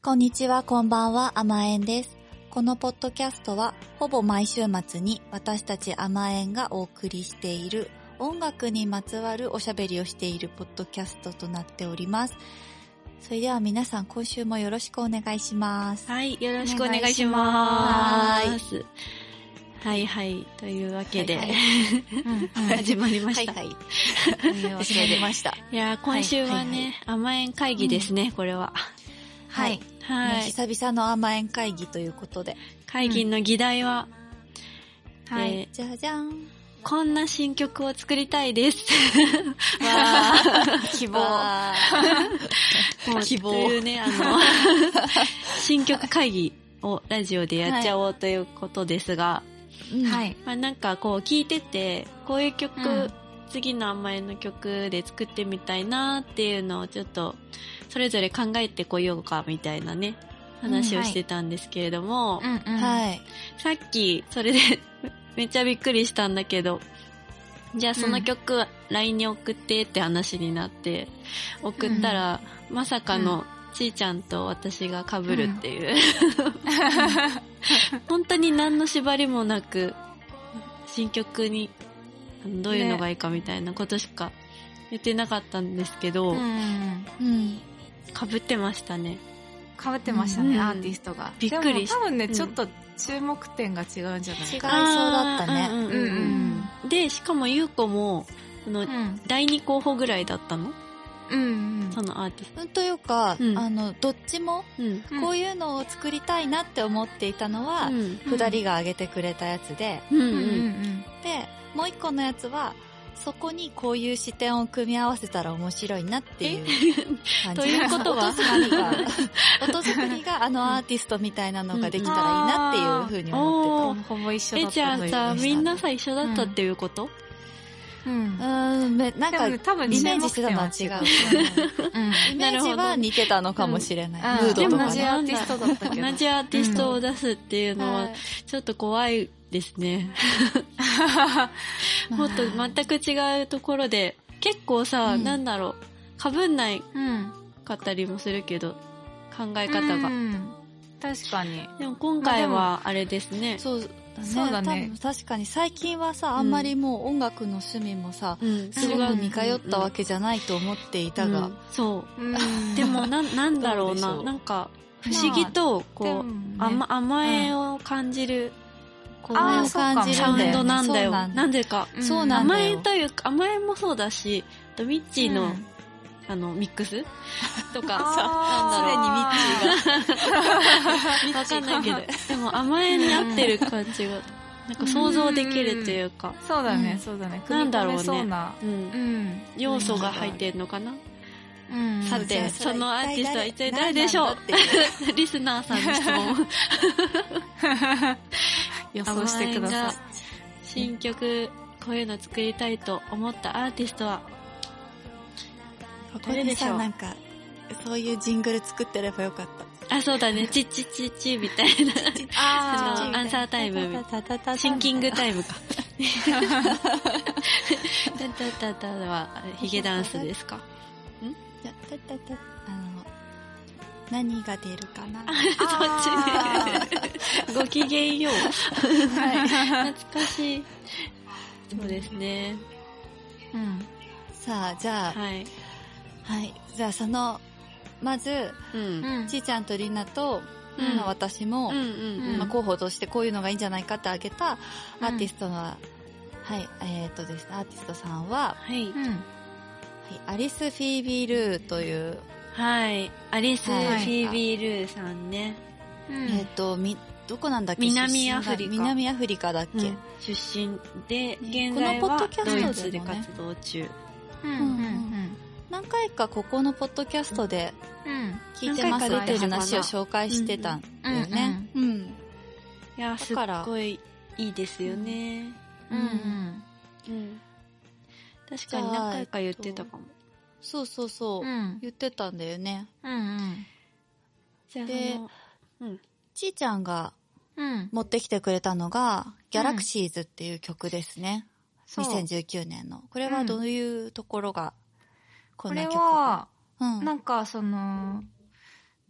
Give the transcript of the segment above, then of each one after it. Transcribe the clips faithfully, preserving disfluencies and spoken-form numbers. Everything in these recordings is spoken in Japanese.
こんにちは、こんばんは、あまえんです。このポッドキャストは、ほぼ毎週末に私たちあまえんがお送りしている音楽にまつわるおしゃべりをしているポッドキャストとなっております。それでは皆さん、今週もよろしくお願いします。 はい、よろしくお願いします。 ははいはい、というわけで、 はいはい始まりました。 はいはい。忘れてました。 いやー、今週はね、あまえん会議ですね、これは。 はい。 はい。 久々のあまえん会議ということで。 会議の議題は、 うん、はい。じゃじゃん。 こんな新曲を作りたいです。 わー、希望。 希望。というね、あの、新曲会議をラジオでやっちゃおうということですが、 はい。 まあなんかこう聞いてて、こういう曲、うん、次のあまえんの曲で作ってみたいなっていうのをちょっと、それぞれ考えてこようかみたいなね、話をしてたんですけれども、 うんはい、はい。 さっきそれでめっちゃびっくりしたんだけど、じゃあその曲、うん、ライン に送ってって話になって、送ったら、うん、まさかのちーちゃんと私が被るっていう、うん、本当に何の縛りもなく、新曲にどういうのがいいかみたいなことしか言ってなかったんですけど、 うんうん被ってましたね。 被ってましたね、うん、アーティストが。 びっくりした。 でも多分ね、うん、ちょっと注目点が違うんじゃないかな。違いそうだったね。 うんうんうん、で、しかもゆうこも、この、だいに候補ぐらいだったの？ うんうん、 そのアーティスト。 うん、というか、うん、あの、どっちも、 うん、 こういうのを作りたいなって思っていたのは、うん、二人が挙げてくれたやつで、 うんうんうん、 で、もう一個のやつは、そこにこういう視点を組み合わせたら面白いなっていう感じ。 ということは音作りが、音作りがあのアーティストみたいなのができたらいいなっていう風に思ってた。ほぼ一緒だった。 え、じゃあさ、みんなさ、一緒だったっていうこと？ うん。うん、なんか、イメージしてたのは違う。イメージは似てたのかもしれない。ムードとかね。 同じアーティストだったけど。 同じアーティストを出すっていうのは、ちょっと怖いですね。もっと全く違うところで、結構さ、なんだろう、被んないかったりもするけど、考え方が。 確かに。 でも今回はあれですね。 そう。そうだね。多分確かに最近はさ、あんまりもう音楽の趣味もさ、うん、すごく似通ったわけじゃないと思っていたが。 うん、そう。うん、でもな、なんだろうな、なんか、不思議と、こう、まあね、甘、甘えを感じる、こう、 甘えを感じるサウンドなんだよ。なんでか。 そうなんだよ。 甘えというか、甘えもそうだし、ミッチーの、うんあの、ミックスとか、 さ、 すでにミッチーが。わかんないけど。でも甘えに合ってる感じが、なんか想像できるというか。 そうだね、そうだね。 なんだろうね。 そうな、 うん。要素が入ってるのかな。うん。さて、そのアーティストは一体誰でしょうリスナーさんに質問。 予想してください。 新曲、こういうの作りたいと思ったアーティストは、 ここでさ、なんか、そういうジングル作ってればよかった。 あ、そうだね。チッチッチッチみたいな。ああ、アンサータイム。シンキングタイムか。タタタタは、ヒゲダンスですか？ん？ タタタタ、あの、何が出るかな？ そっち。ごきげんよう。懐かしい。そうですね。 うん。さあ、じゃあ、 はい。 はい。じゃあ、その、まず、うん、ちーちゃんとりなと、うんまあ、私も、うんうんうんまあ、候補としてこういうのがいいんじゃないかって挙げたアーティストは、うん、はい、えー、っとですね、アーティストさんは、 はい。うんはい、アリス・フィービー・ルーという、 はい。アリス・フィービー・ルーさんね。 うん、えー、っと、み、どこなんだっけ？ 南アフリカ。 南アフリカだっけ？うん、 出身で、現在はドイツで活動中。 うんうんうん何回かここのポッドキャストで聞いてますって話を紹介してたんだよね。うん。 いや、すっごいいいですよね。 うんうんうん。確かに何回か言ってたかも。 そうそうそう。言ってたんだよね。 うんうん。 で、ちーちゃんが持ってきてくれたのが、ギャラクシーズっていう曲ですね。にせんじゅうきゅうねんの。これはどういうところが、 これは、うん、なんかその、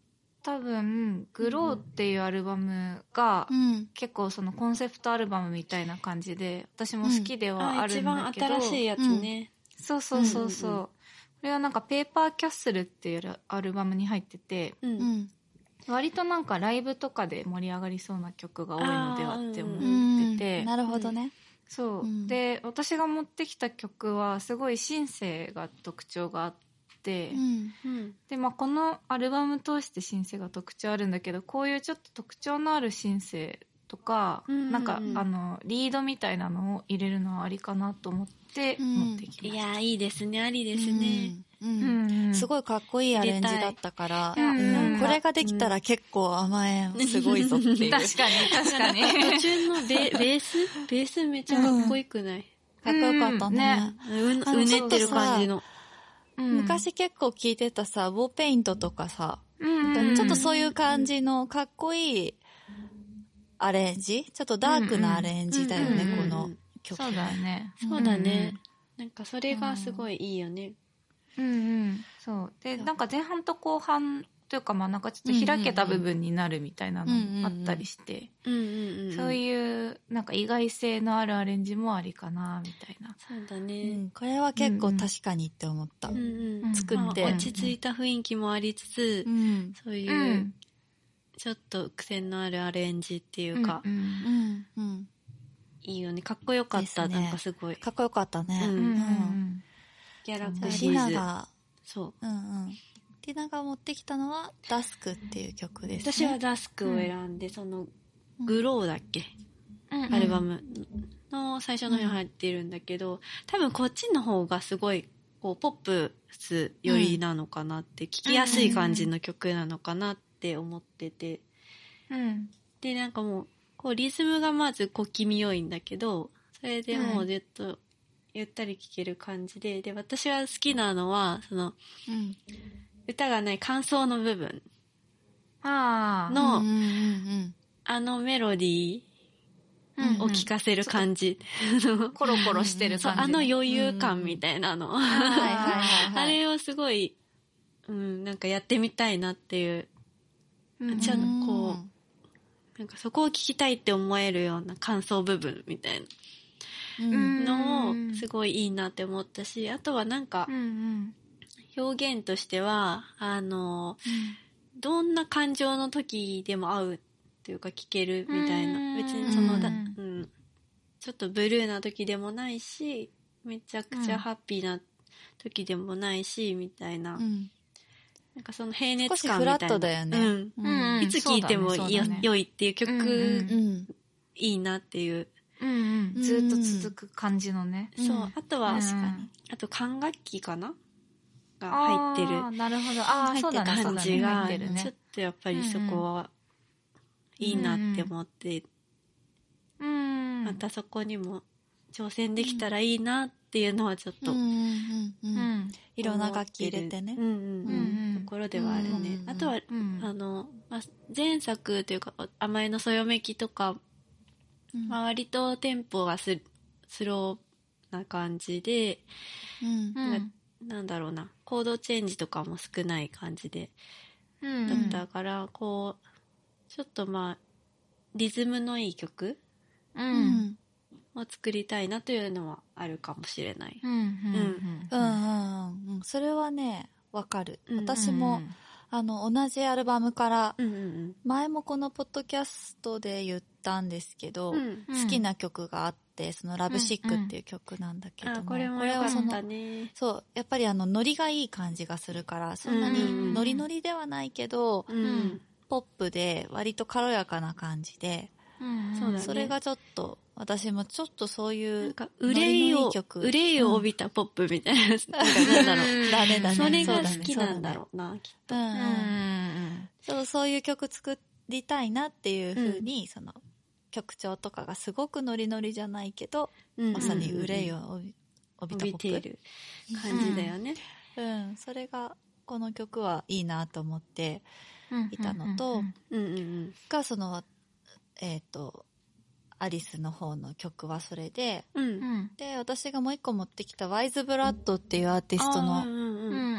多分グローっていうアルバムが、 うん。 結構そのコンセプトアルバムみたいな感じで私も好きではある一んだけど、 番新しいやつね。 そうそうそうそう、 うんうんうんこれはなんかペーパーキャッスルっていうアルバムに入ってて、 うん。 うん。 割となんかライブとかで盛り上がりそうな曲が多いのではって思うんってて、 なるほどね。 そう、 うんで私が持ってきた曲はすごいシンセが特徴があって、 うん。 うん。 でまあ、このアルバム通してシンセが特徴あるんだけど、こういうちょっと特徴のあるシンセとか、 うんうんうんなんかあのリードみたいなのを入れるのはありかなと思って持ってきました。 いや、いいですね。ありですね。 うん。 うんうんうん、 すごいかっこいいアレンジだったから、 いやうんなんかこれができたら結構甘えんすごいぞっていう。かっ確かに確かに途中のベベースベースめっちゃかっこよくない、 こよかったね。 うんうあのうねってる感じの。 うん昔結構聴いてたさ、ウォーペイントとかさ、 うんちょっとそういう感じのかっこいいアレンジ、ちょっとダークなアレンジだよね、 うんうんこの曲。 そうだね。 そうだね。なんかそれがすごいいいよね。 うんうん。そう。で、なんか前半と後半というか、まあなんかちょっと開けた部分になるみたいなのもあったりして、 うんうんうん。 そういうなんか意外性のあるアレンジもありかな、みたいな。 そうだうね。 ん、これは結構確かにって思った。 うんうんうん作ってまあ落ち着いた雰囲気もありつつう、ん。 そういううんちょっと癖のあるアレンジっていうかう、んうん。うん。 いいよね。かっこよかった。 ですねなんかすごい。 かっこよかったね。 うんうんうんギャラクシシーズ。 ナが、 そう。 うんうん。ティナが持ってきたのは、ダスクっていう曲ですね。 私はダスクを選んで、その、グローだっけ、 うんうんアルバムの最初の方に入ってるんだけど、多分こっちの方がすごい、こう、ポップス寄りなのかなって、聴きやすい感じの曲なのかなって思ってて。 うんで、なんかもう、こう、リズムがまず小気味良いんだけど、それでもうずっと、ゆったり聴ける感じで、で、私は好きなのは、その、 うん。 歌がない感想の部分ああ。 の、 うんうんうんあのメロディーを聴かせる感じ。 コロコロしてるそう、 感じ。 あの余裕感みたいなの。 はいはいはいはい。 あれをすごい、うん、なんかやってみたいなっていう、 うんちゃんとこう、なんかそこを聞きたいって思えるような感想部分みたいうん。 なのうんをすごいいいなって思ったし、あとはなんかうんうん表現としては、あの、どんな感情の時でも合うっていうか聞けるみたいな。 うん別にそのだ、 ううんん、ちょっとブルーな時でもないし、めちゃくちゃハッピーな時でもないし、みたいな。 うん。 なんかその平熱少し感みたいな。 フラットだよね。 うん。 うんいつ聴いてもよ、 そうだねそうだね良いっていう曲、 うんうんうん。 いいなっていう。 うんうんずっと続く感じのね。 そう。 うんあとは、 確かにあと管楽器かなが入ってる。 あーなるほど。ああ、そうだね。 感じが、 そうだね入ってるちょっね。 とやっぱりそこはいいなって思って、 うん。 またそこにも挑戦できたらいいなっていうのはちょっと、 うんうんうんううん。 ん。 いろんな楽器入れてねうん。うんうんうんところではあるね。 うんあとは、 うんあの、まあ、前作というか、甘えのそよめきとか、 うんまあ、割とテンポがススローな感じで、 うんうんなんだろうな、コードチェンジとかも少ない感じで、 うんだったから、こう、ちょっとまあ、リズムのいい曲う。 うんん。 を作りたいなというのはあるかもしれない。 うん。うん。 うんうんうん。それはね、わかる。 うん私も、あの、同じアルバムから、 うんうん前もこのポッドキャストで言ったんですけど、 うん。うん。 好きな曲があって、そのラブシックっていう曲なんだけども、 あ、これも良かっはそのたね。 そう、やっぱりあの、ノリがいい感じがするから、そんなうんにノリノリではないけど、 うん。 ポップで割と軽やかな感じで、 うん。 そうだねそれがちょっと、私もちょっとそういう、 なんか、憂いを、憂いを帯びたポップみたいな、なんかなんだろう。 だねだね。 それがうだね好きなんだろうな、きっと。 うんうん。 うん。 そう、そういう曲作りたいなっていう風に、その、曲調とかがすごくノリノリじゃないけど、まさに憂いを帯び帯びたポップ。 帯びている感じだよね。 うん、それが、この曲はいいなと思っていたのと、 うんうんうん。 が、その、えっと、アリスの方の曲はそれで、 うん。 うん。 で、私がもう一個持ってきたワイズブラッドっていうアーティストのうんうんううん。 ん。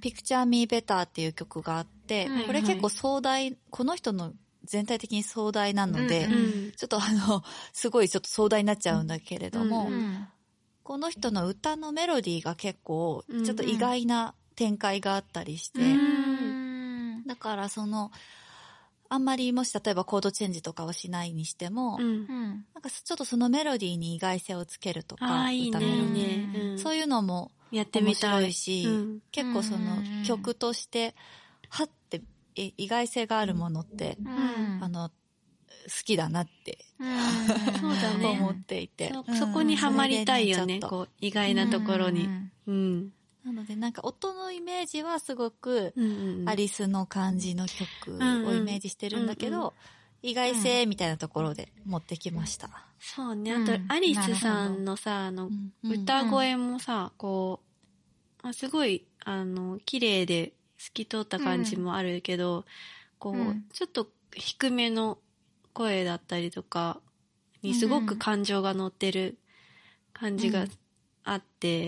Picture Me Better っていう曲があって、 はいはい、 これ結構壮大、この人の全体的に壮大なので、 うんうん、 ちょっとあの、すごいちょっと壮大になっちゃうんだけれども、 うんうん、 この人の歌のメロディーが結構、ちょっと意外な展開があったりして、 うん、 だからその、あんまりもし例えばコードチェンジとかをしないにしても、 うん、 なんかちょっとそのメロディーに意外性をつけるとか、 いいね、 歌メロディー、 いいね、うん、 そういうのもやってみたい面白いし、うん、結構その曲として、はって意外性があるものって、うん、あの、好きだなって、うん、 そうだね、 思っていて。 そ、そこにはまりたいよね、ねこう、意外なところに。うん。 なのでなんか音のイメージはすごくアリスの感じの曲をイメージしてるんだけど、うんうん、意外性みたいなところで持ってきました。 そうね。あと、アリスさんのさ、あの、歌声もさ、こう、すごい、あの、綺麗で透き通った感じもあるけど、こう、ちょっと低めの声だったりとかにすごく感情が乗ってる感じがあって、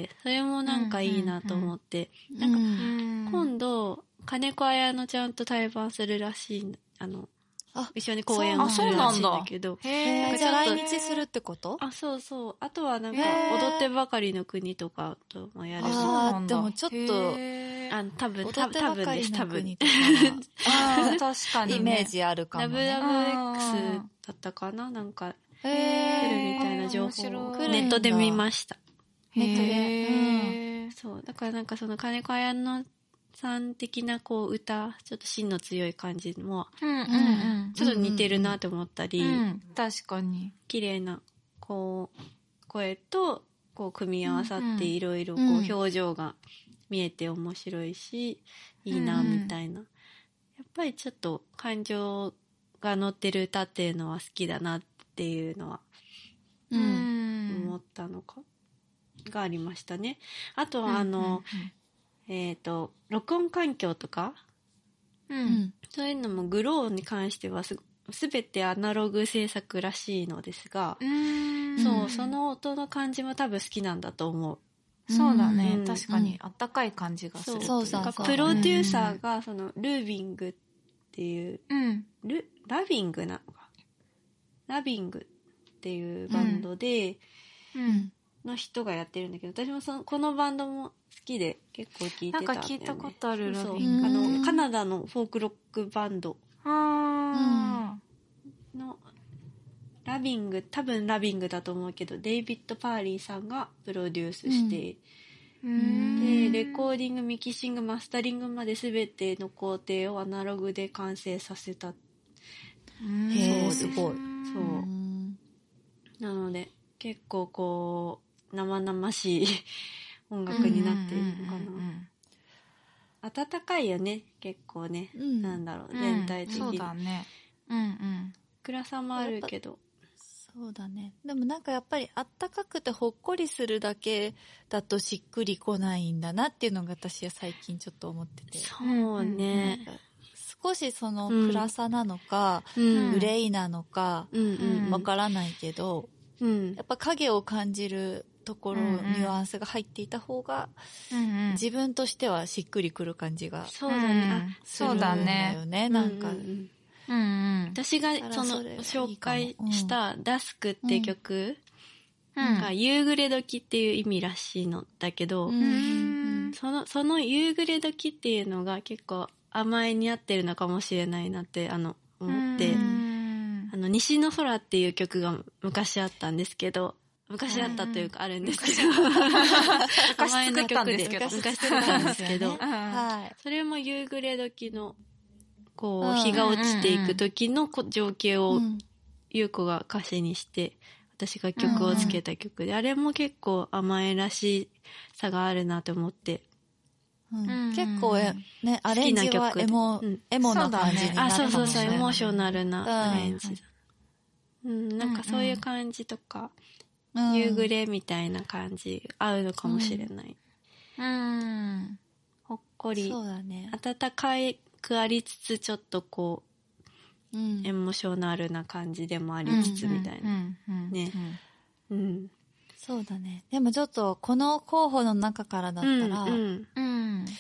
それもなんかいいなと思って、なんか、今度、金子綾乃ちゃんと対バンするらしい、あの、一緒に公演をするらしいんだけど。 へー。じゃあ来日するってこと？ あ、そうそう。あとはなんか、踊ってばかりの国とかともやるし。 ああ、でもちょっと、 あ、多分、多分、多分です、多分。 ああ、確かに、ね。 イメージあるかもね。 ラブラブ X だったかななんか、来るみたいな情報をネットで見ました。 ネットで。 うん。そう。だからなんかその金子綾乃さん的なこう歌、ちょっと芯の強い感じも、ちょっと似てるなと思ったり、 うんうん、確かに。 綺麗なこう声とこう組み合わさっていろいろこう表情が見えて面白いし、いいなみたいな。やっぱりちょっと感情が乗ってる歌っていうのは好きだなっていうのは、 うん、 思ったのかがありましたね。あとはあの、うんうんうん、えっと、録音環境とか、 うん、 そういうのもグローに関してはす、すべてアナログ制作らしいのですが、 うんそう、その音の感じも多分好きなんだと思う。 そうだね、 うん、 確かにあったかい感じがする。 そうそうそう。プロデューサーがそのルービングっていう、 うん、 ルラビングなのか、ラビングっていうバンドで、 うんうんの人がやってるんだけど、私もそのこのバンドも好きで結構聴いてたんだよね。 なんか聞いたことあるラそうビング。 あのカナダのフォークロックバンドあのラビング、多分ラビングだと思うけど、デイビッド・パーリーさんがプロデュースして、 うん、 でレコーディング、ミキシング、マスタリングまで全ての工程をアナログで完成させた。 へー、すごい。 そう。なので結構こう生々しい音楽になっているのかな、 うんうんうんうん、 温かいよね結構ね、うん、なんだろう全体的に、 うん、そうだね、うんうん、 暗さもあるけどそうだね。でもなんかやっぱりあったかくてほっこりするだけだとしっくりこないんだなっていうのが私は最近ちょっと思ってて、 そうね、 少しその暗さなのか、うん、グレイなのか、 うんうん、 わからないけど、うん、やっぱ影を感じるところ、うんうん、ニュアンスが入っていた方が、うんうん、自分としてはしっくりくる感じがそうだね、 するんだよね、なんか、 うんうん、 私がその紹介したダスクって曲が夕暮れ時っていう意味らしいのだけど、 うんうん、 そのその夕暮れ時っていうのが結構甘えに合ってるのかもしれないなってあの思って、うん、あの西の空っていう曲が昔あったんですけど、昔あったというかあるんですけど、甘えの曲で昔作ったんですけど、それも夕暮れ時のこう日が落ちていく時の情景を優子が歌詞にして私が曲をつけた曲で、あれも結構甘えらしさがあるなと思って、 うん、結構え、ね、アレンジはエモ、うん、エモな感じになるかもしれない。 あ、そうそうそう、エモーショナルなアレンジだ。うん、うん、なんかそういう感じとか、うん、夕暮れみたいな感じ合うのかもしれない。 うん。 ほっこり。 そうだね。 温かくありつつ、ちょっとこう、うん、エモーショナルな感じでもありつつみたいな。ね。うん。 そうだね。でもちょっとこの候補の中からだったら、 うんうん、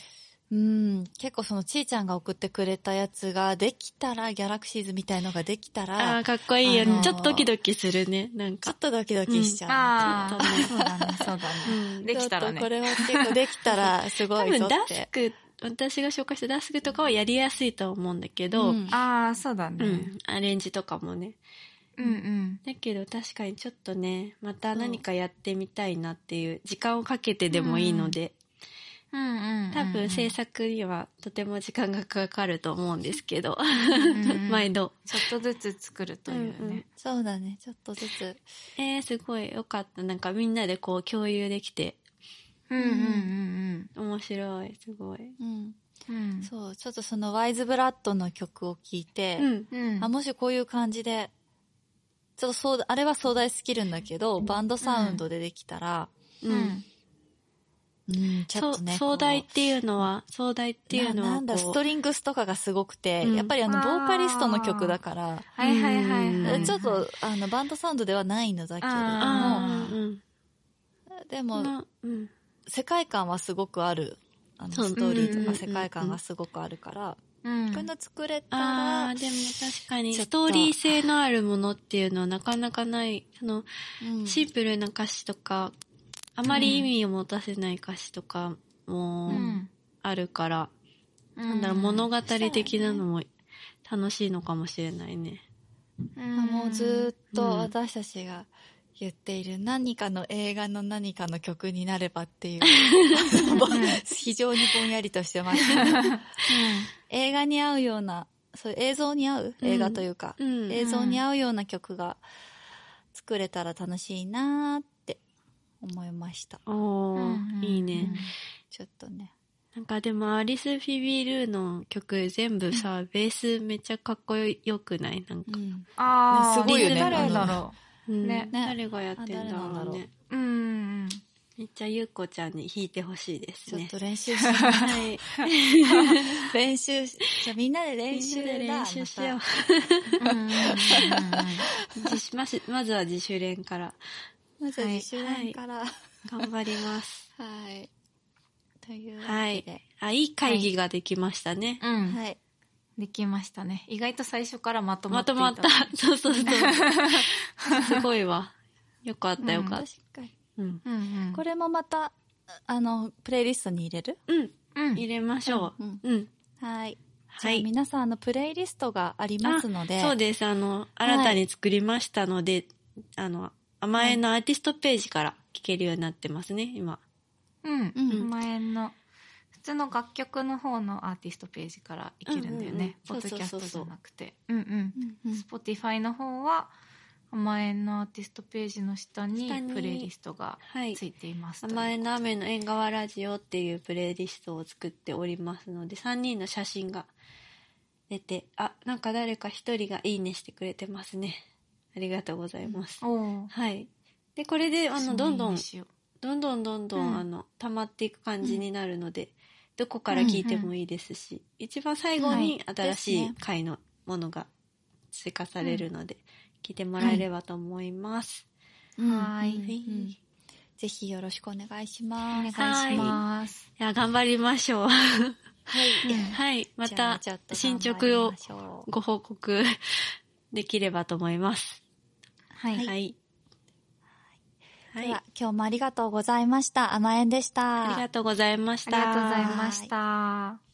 うん、結構そのちーちゃんが送ってくれたやつができたら、ギャラクシーズみたいのができたら、 あーかっこいいよね、 あのーちょっとドキドキするね、なんか。 ちょっとドキドキしちゃう。 ああ、 ちょっとねそうだね、そうだね。 うんできたらね。 ちょっとこれは結構できたら、すご多分いぞって。 ダスク、私が紹介したダスクとかはやりやすいと思うんだけど、 うんああ、そうだね。 うん、アレンジとかもね。 うんうん。 だけど確かにちょっとね、また何かやってみたいなっていう、時間をかけてでもいいので、 うんうんうん。 多分制作にはとても時間がかかると思うんですけど、 うん毎度。 ちょっとずつ作るというね。 うんうんそうだね、ちょっとずつ。 えー、すごいよかった。なんかみんなでこう共有できて、 うんうんうん面白い、すごい。 うん。 うん。うん。 そう、ちょっとそのワイズブラッドの曲を聴いて、 うん。 うん。 あ、もしこういう感じで、ちょっとそう、あれは壮大スキルんだけど、バンドサウンドでできたら、 う。 うんん。 うん、ちょっとね。 そう壮大っこていうのは、壮大っていうのはこう、 ななんだ、ストリングスとかがすごくて、 うんやっぱりあの、 あーボーカリストの曲だから、 はいはいはいはい。 ちょっと、あの、バンドサウンドではないのだけれども、 あーうん。 でも、 まうん。 世界観はすごくある。あの、 そうストーリーとうんか世界観がすごくあるから、 うん。 こういうの作れたあら、 あ、でも確かに、 ちょっとストーリー性のあるものっていうのはなかなかない、その、 うんシンプルな歌詞とか、あまり意味を持たせない歌詞とかもうん。 あるから、なんだろう、物語的なのも楽しいのかもしれないね。 うんもうずーっとうん私たちが言っている何かの映画の何かの曲になればっていう、非常にぼんやりとしてますけど、映画に合うような、そういう映像に合う映画というか、 うん。 映像に合うような曲が作れたら楽しいなーって思いました。 おー、いいね。 ちょっとね。 なんかでもアリス・フィビルーの曲全部さ、ベースめっちゃかっこよくないなんか。 うん。 ああ、 すごいよね誰だろうんね誰がやってんだろあ誰なんだろううね。 う。うん。 めっちゃゆうこちゃんに弾いてほしいですね。 ちょっと練習します。 はい。 練習し、じゃあみんなで練習だ。 みんなで練習しよう。 うん。 自主ましまずは自主練からまずは自主練から。 頑張ります。 はい。というわはいけで。。 あ、いい会議ができましたね。 うん。 はい。 できましたね。意外と最初からまとまっていまとまった。そうそうそう。すごいわ。よかったよかっ確かに。 た。うん。 うんうん。 これもまた、あの、プレイリストに入れる？ うん。 うん。 入れましょう。 うんうん。 はい。じゃあはい。 皆さん、あの、プレイリストがありますので。 そうです。あの、新たに作りましたので、あの、甘えのアーティストページから聴けるようになってますね、今。 うん。 うん前の、普通の楽曲の方のアーティストページからいけるんだよね。 うんうんうんポッドキャストじそうそうそうそうゃなくて。うんうん。 うんうん。 Spotify の方は、甘えんのアーティストページの下に下にプレイリストがはいついていますという。 甘えの雨の縁側ラジオっていうプレイリストを作っておりますので、さんにんの写真が出て、あ、なんか誰かひとりがいいねしてくれてますね。ありがとうございます。 おーはい。で、これで、あの、どんどんいいね、しようどんどんどんどん、 うんあの、溜まっていく感じになるので、どこから聞いてもいいですし、一番最後に新しい回のものが追加されるので、聞いてもらえればと思います。 うんはーいうんうんぜひよろしくお願いしおます。 願いします。 いや、頑張りましょう。 はい。 はい。まじゃあたちょっと進頑張り捗をましょうご報告できればと思います。 は。 はいい。はい。 では、今日もありがとうございました。甘えんでした。 ありがとうございました。 ありがとうございました。